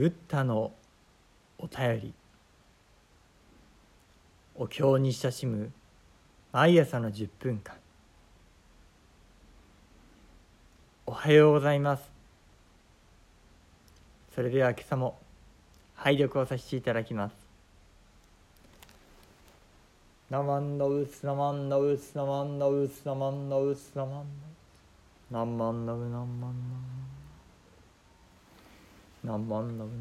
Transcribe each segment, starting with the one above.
ブッダのお便り。お経に親しむ毎朝の10分間。おはようございます。それでは今朝も拝読をさせていただきます。ナマンノウスナマンノウスナマンノウスナマンノウスナマンノウスナマンノウナマンノウナマンノウナマンノウナマンノウ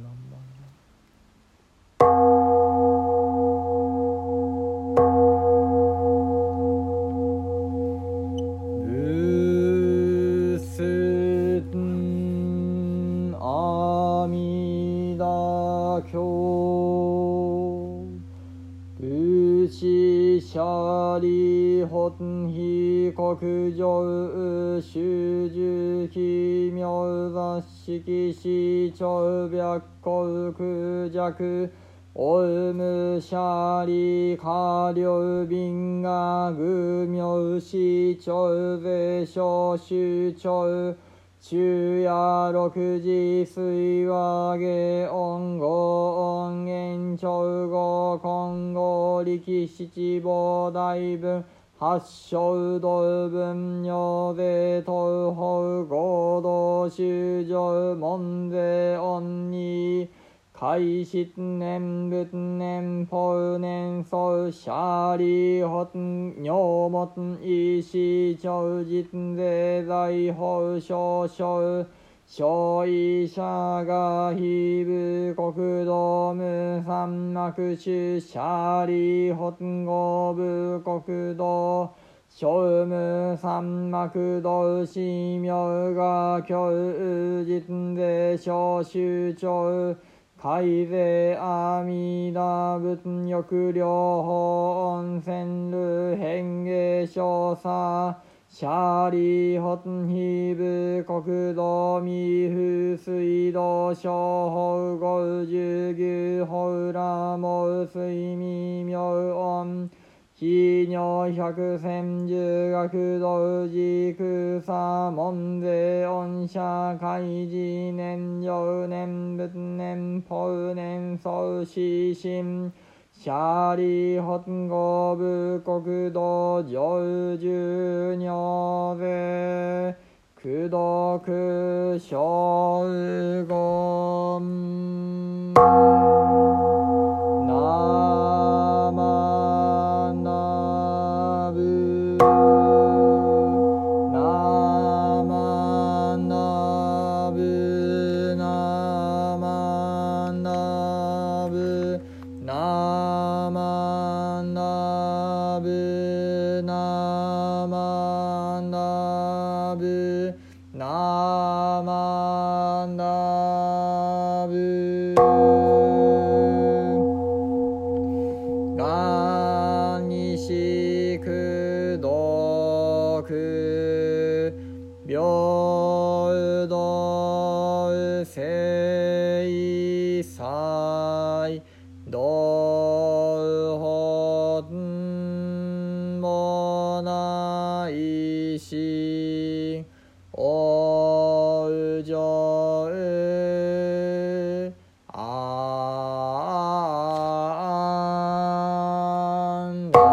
シャリホンヒ国上修十奇妙雑式四長白虎空弱オウムシャリ下領賓が愚妙四長税小修長昼夜六時水和下音語音延長語今後力七母大分八小道分尿税東方合同修上門税音に開始年仏年法年相シャリホン尿物医師長実税財法少々小医者が非部国道無三幕主シャリホン合部国道小無三幕道司名が教実税小州長海税阿弥陀仏欲療法温泉流変化少佐シャリホンヒブ国土未風水道小法五十牛法ラモ水未妙音非尿百千十学道寺草門税音社会寺年上年仏年法年相死心シャリホン合部国道上十尿税功徳小言ナマナブナマナブナマナブナマナブナマナブナマナブがにしくどく平等聖祭道本もないしおうじょうあんだ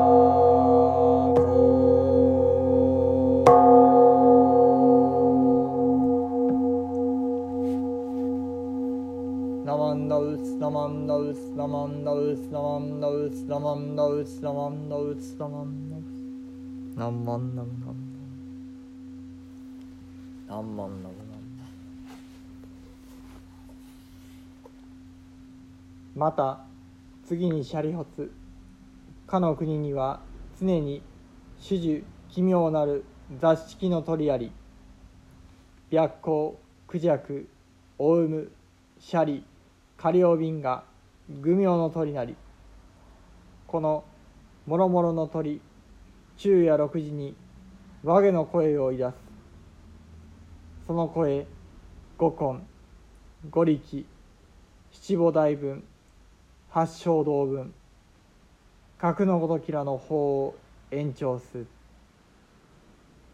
ナマンノウスナマンノウスナマンノウスナマンノウスナマンノウスナマンノウスナマンノウスナマンノウナマンノウまた次にシャリホツかの国には常に種々奇妙なる雑式の鳥あり白虎クジャクオウムシャリカリオビンが愚妙の鳥なりこのもろもろの鳥昼夜6時に和げの声をいだすその声五根五力七母大分八正道分格のごときらの法を延長す。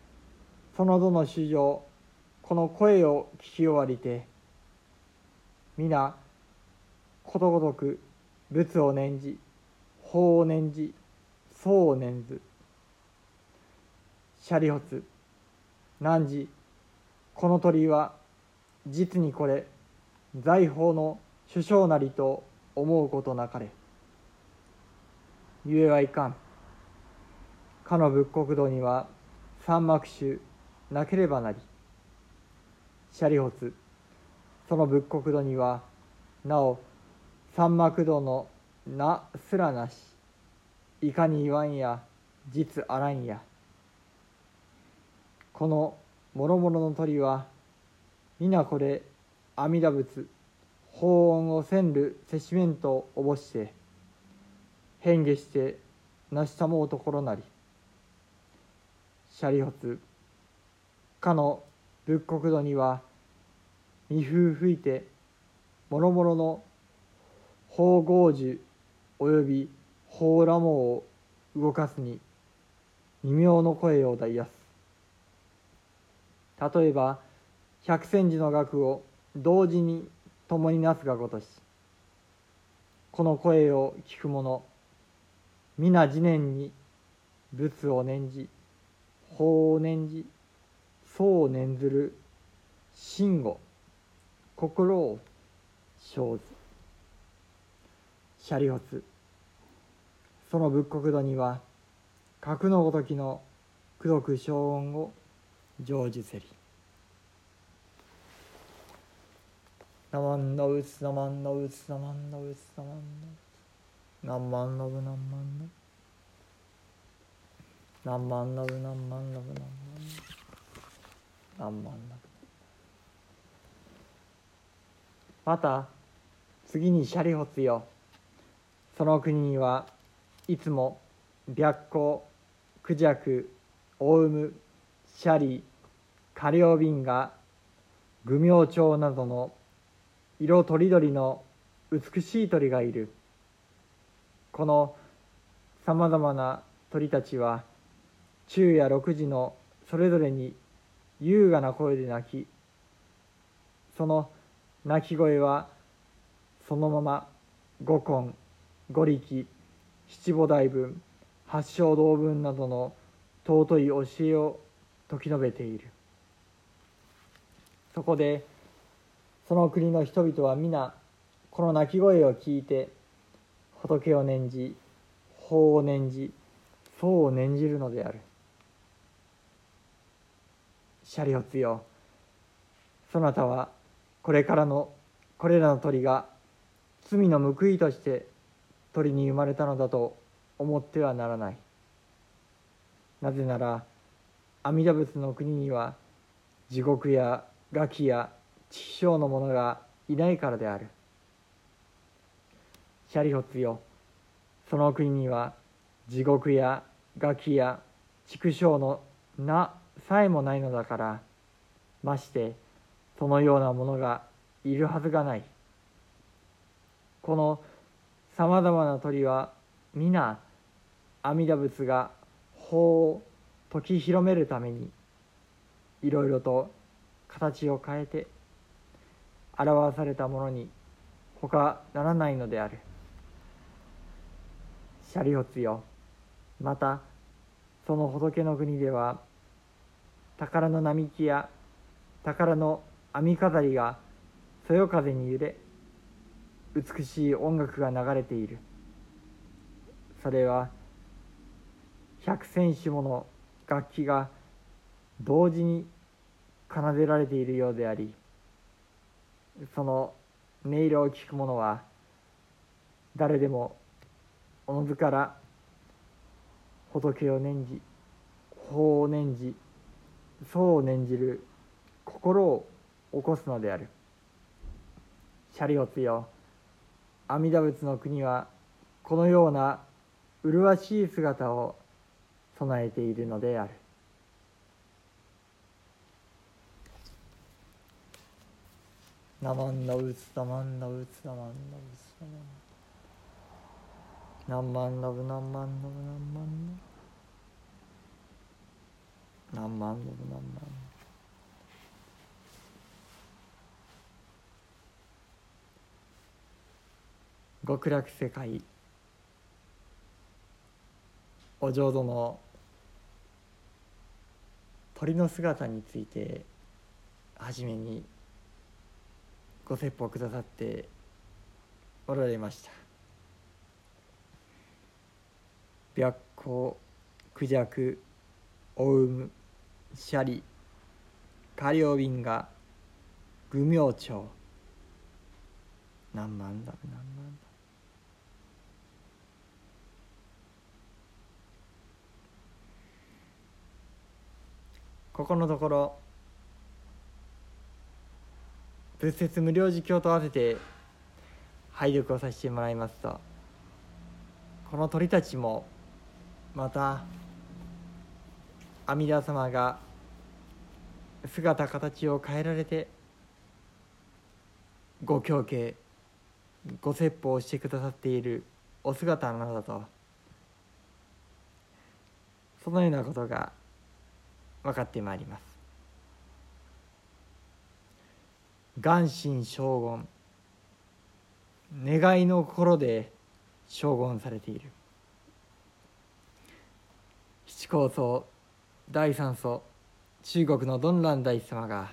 その度の主上この声を聞き終わりて皆ことごとく仏を念じ、法を念じ、僧を念ず。舎利発、汝この鳥は実にこれ財宝の首相なりと思うことなかれ。ゆえはいかん。かの仏国土には三幕種なければなり。舎利発、その仏国土にはなお三幕土の名すらなし。いかに言わんや実あらんや。この諸々の鳥は皆これ阿弥陀仏法恩をせんるせしめんとおぼして変化してなしたもうところなり。舎利発、かの仏国土には微風吹いて諸々の法豪樹および法羅網を動かすに微妙の声を出やす。例えば百千字の学を同時に共になすがごとし、この声を聞く者皆自念に仏を念じ、法を念じ、僧を念ずる真語心を生ず。舎利発、その仏国土には格のごときの功徳正恩を成就せり。ナマンノウツナマンノウツナマンノウツナマンノウツナマンノブナマンノブナマンノブナマンノブナマンノブナマンノブ。また次に舎利発よ、その国にはいつも白虎、孔雀、大雲、舎利、迦陵賓が愚明鳥などの色とりどりの美しい鳥がいる。このさまざまな鳥たちは昼夜6時のそれぞれに優雅な声で鳴き、その鳴き声はそのまま五根、五力、七菩提分、八正道分などの尊い教えを説き述べている。そこでその国の人々は皆この鳴き声を聞いて仏を念じ、法を念じ、僧を念じるのである。舎利発よ、そなたはこれらの鳥が罪の報いとして鳥に生まれたのだと思ってはならない。なぜなら阿弥陀仏の国には地獄や餓鬼や畜生の者がいないからである。舎利発よ、その国には地獄や餓鬼や畜生の名さえもないのだから、ましてそのようなものがいるはずがない。このさまざまな鳥は皆阿弥陀仏が法を説き広めるためにいろいろと形を変えて表されたものに他ならないのである。舎利発よ、またその仏の国では宝の並木や宝の編み飾りがそよ風に揺れ、美しい音楽が流れている。それは百千種もの楽器が同時に奏でられているようであり、その音色を聞く者は誰でもおのずから仏を念じ、法を念じ、僧を念じる心を起こすのである。舎利発よ、阿弥陀仏の国はこのような麗しい姿を備えているのである。ナマンノウツナマンノウツナマンノウツナマンノウツナマンノブナマンノブナマンノブナマンノブナマンノブ。 。 。 。。。。。。。。。。。。。。。。。。。。。。。。。。。。。。。。。。。。。。。。。。。。。。。。。。。。。。。。。。。。。。。。。。。。。。。。。。。。。。。。。。。。。。。。。。。。。。。。。。。。。。。。。。。。。。。。。。。。。。。。。ー。。。。。。。。。。。。。。。。。。。。。。。。。。。。。。。。。。。。。。。。。。。。。。。。。。。。。。。。。。。。。。。。。。。。。。。。。。。。。。。。。。。。。。。。。。。。。。。。。。。。。。。。。。。。。。。。。。。。。。。。。。。。。。。。。。。。。。。。。。。。。。。。。。。。。。。。。。。。。。。。。。。。。。。。。。。。。。。。。。。。。。。。。。。。。。。。。。。。。。。。。。。。。。。。。。。。。。。。。。。。。。。。。。。。。。。。。。。。。。。。。。。。。。。。。。。。。。。。。。。。。。。。。。。。。。。。。。。。。。。。。。。。。。。。。。。。。。。 極楽世界お浄土の鳥の姿について初めにご説法くださっておられました。白虎、孔雀、オウム、シャリ、カリオビンガ、愚明鳥、何万だ。ここのところ仏説無量寿経と合わせて拝読をさせてもらいますと、この鳥たちもまた阿弥陀様が姿形を変えられてご教啓ご説法をしてくださっているお姿なのだと、そのようなことが分かってまいります。願心称言、願いの心で称言されている。七高僧第三祖中国の曇鸞大師様が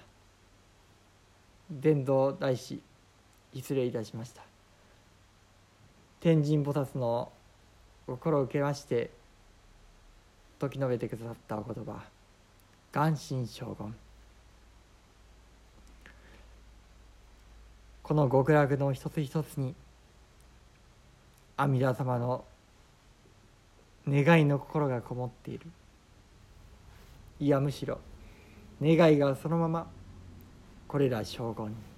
伝道大師、失礼いたしました、天神菩薩の心を受けまして説き述べてくださったお言葉、願心称言。この極楽の一つ一つに阿弥陀様の願いの心がこもっている。いやむしろ願いがそのままこれら称言に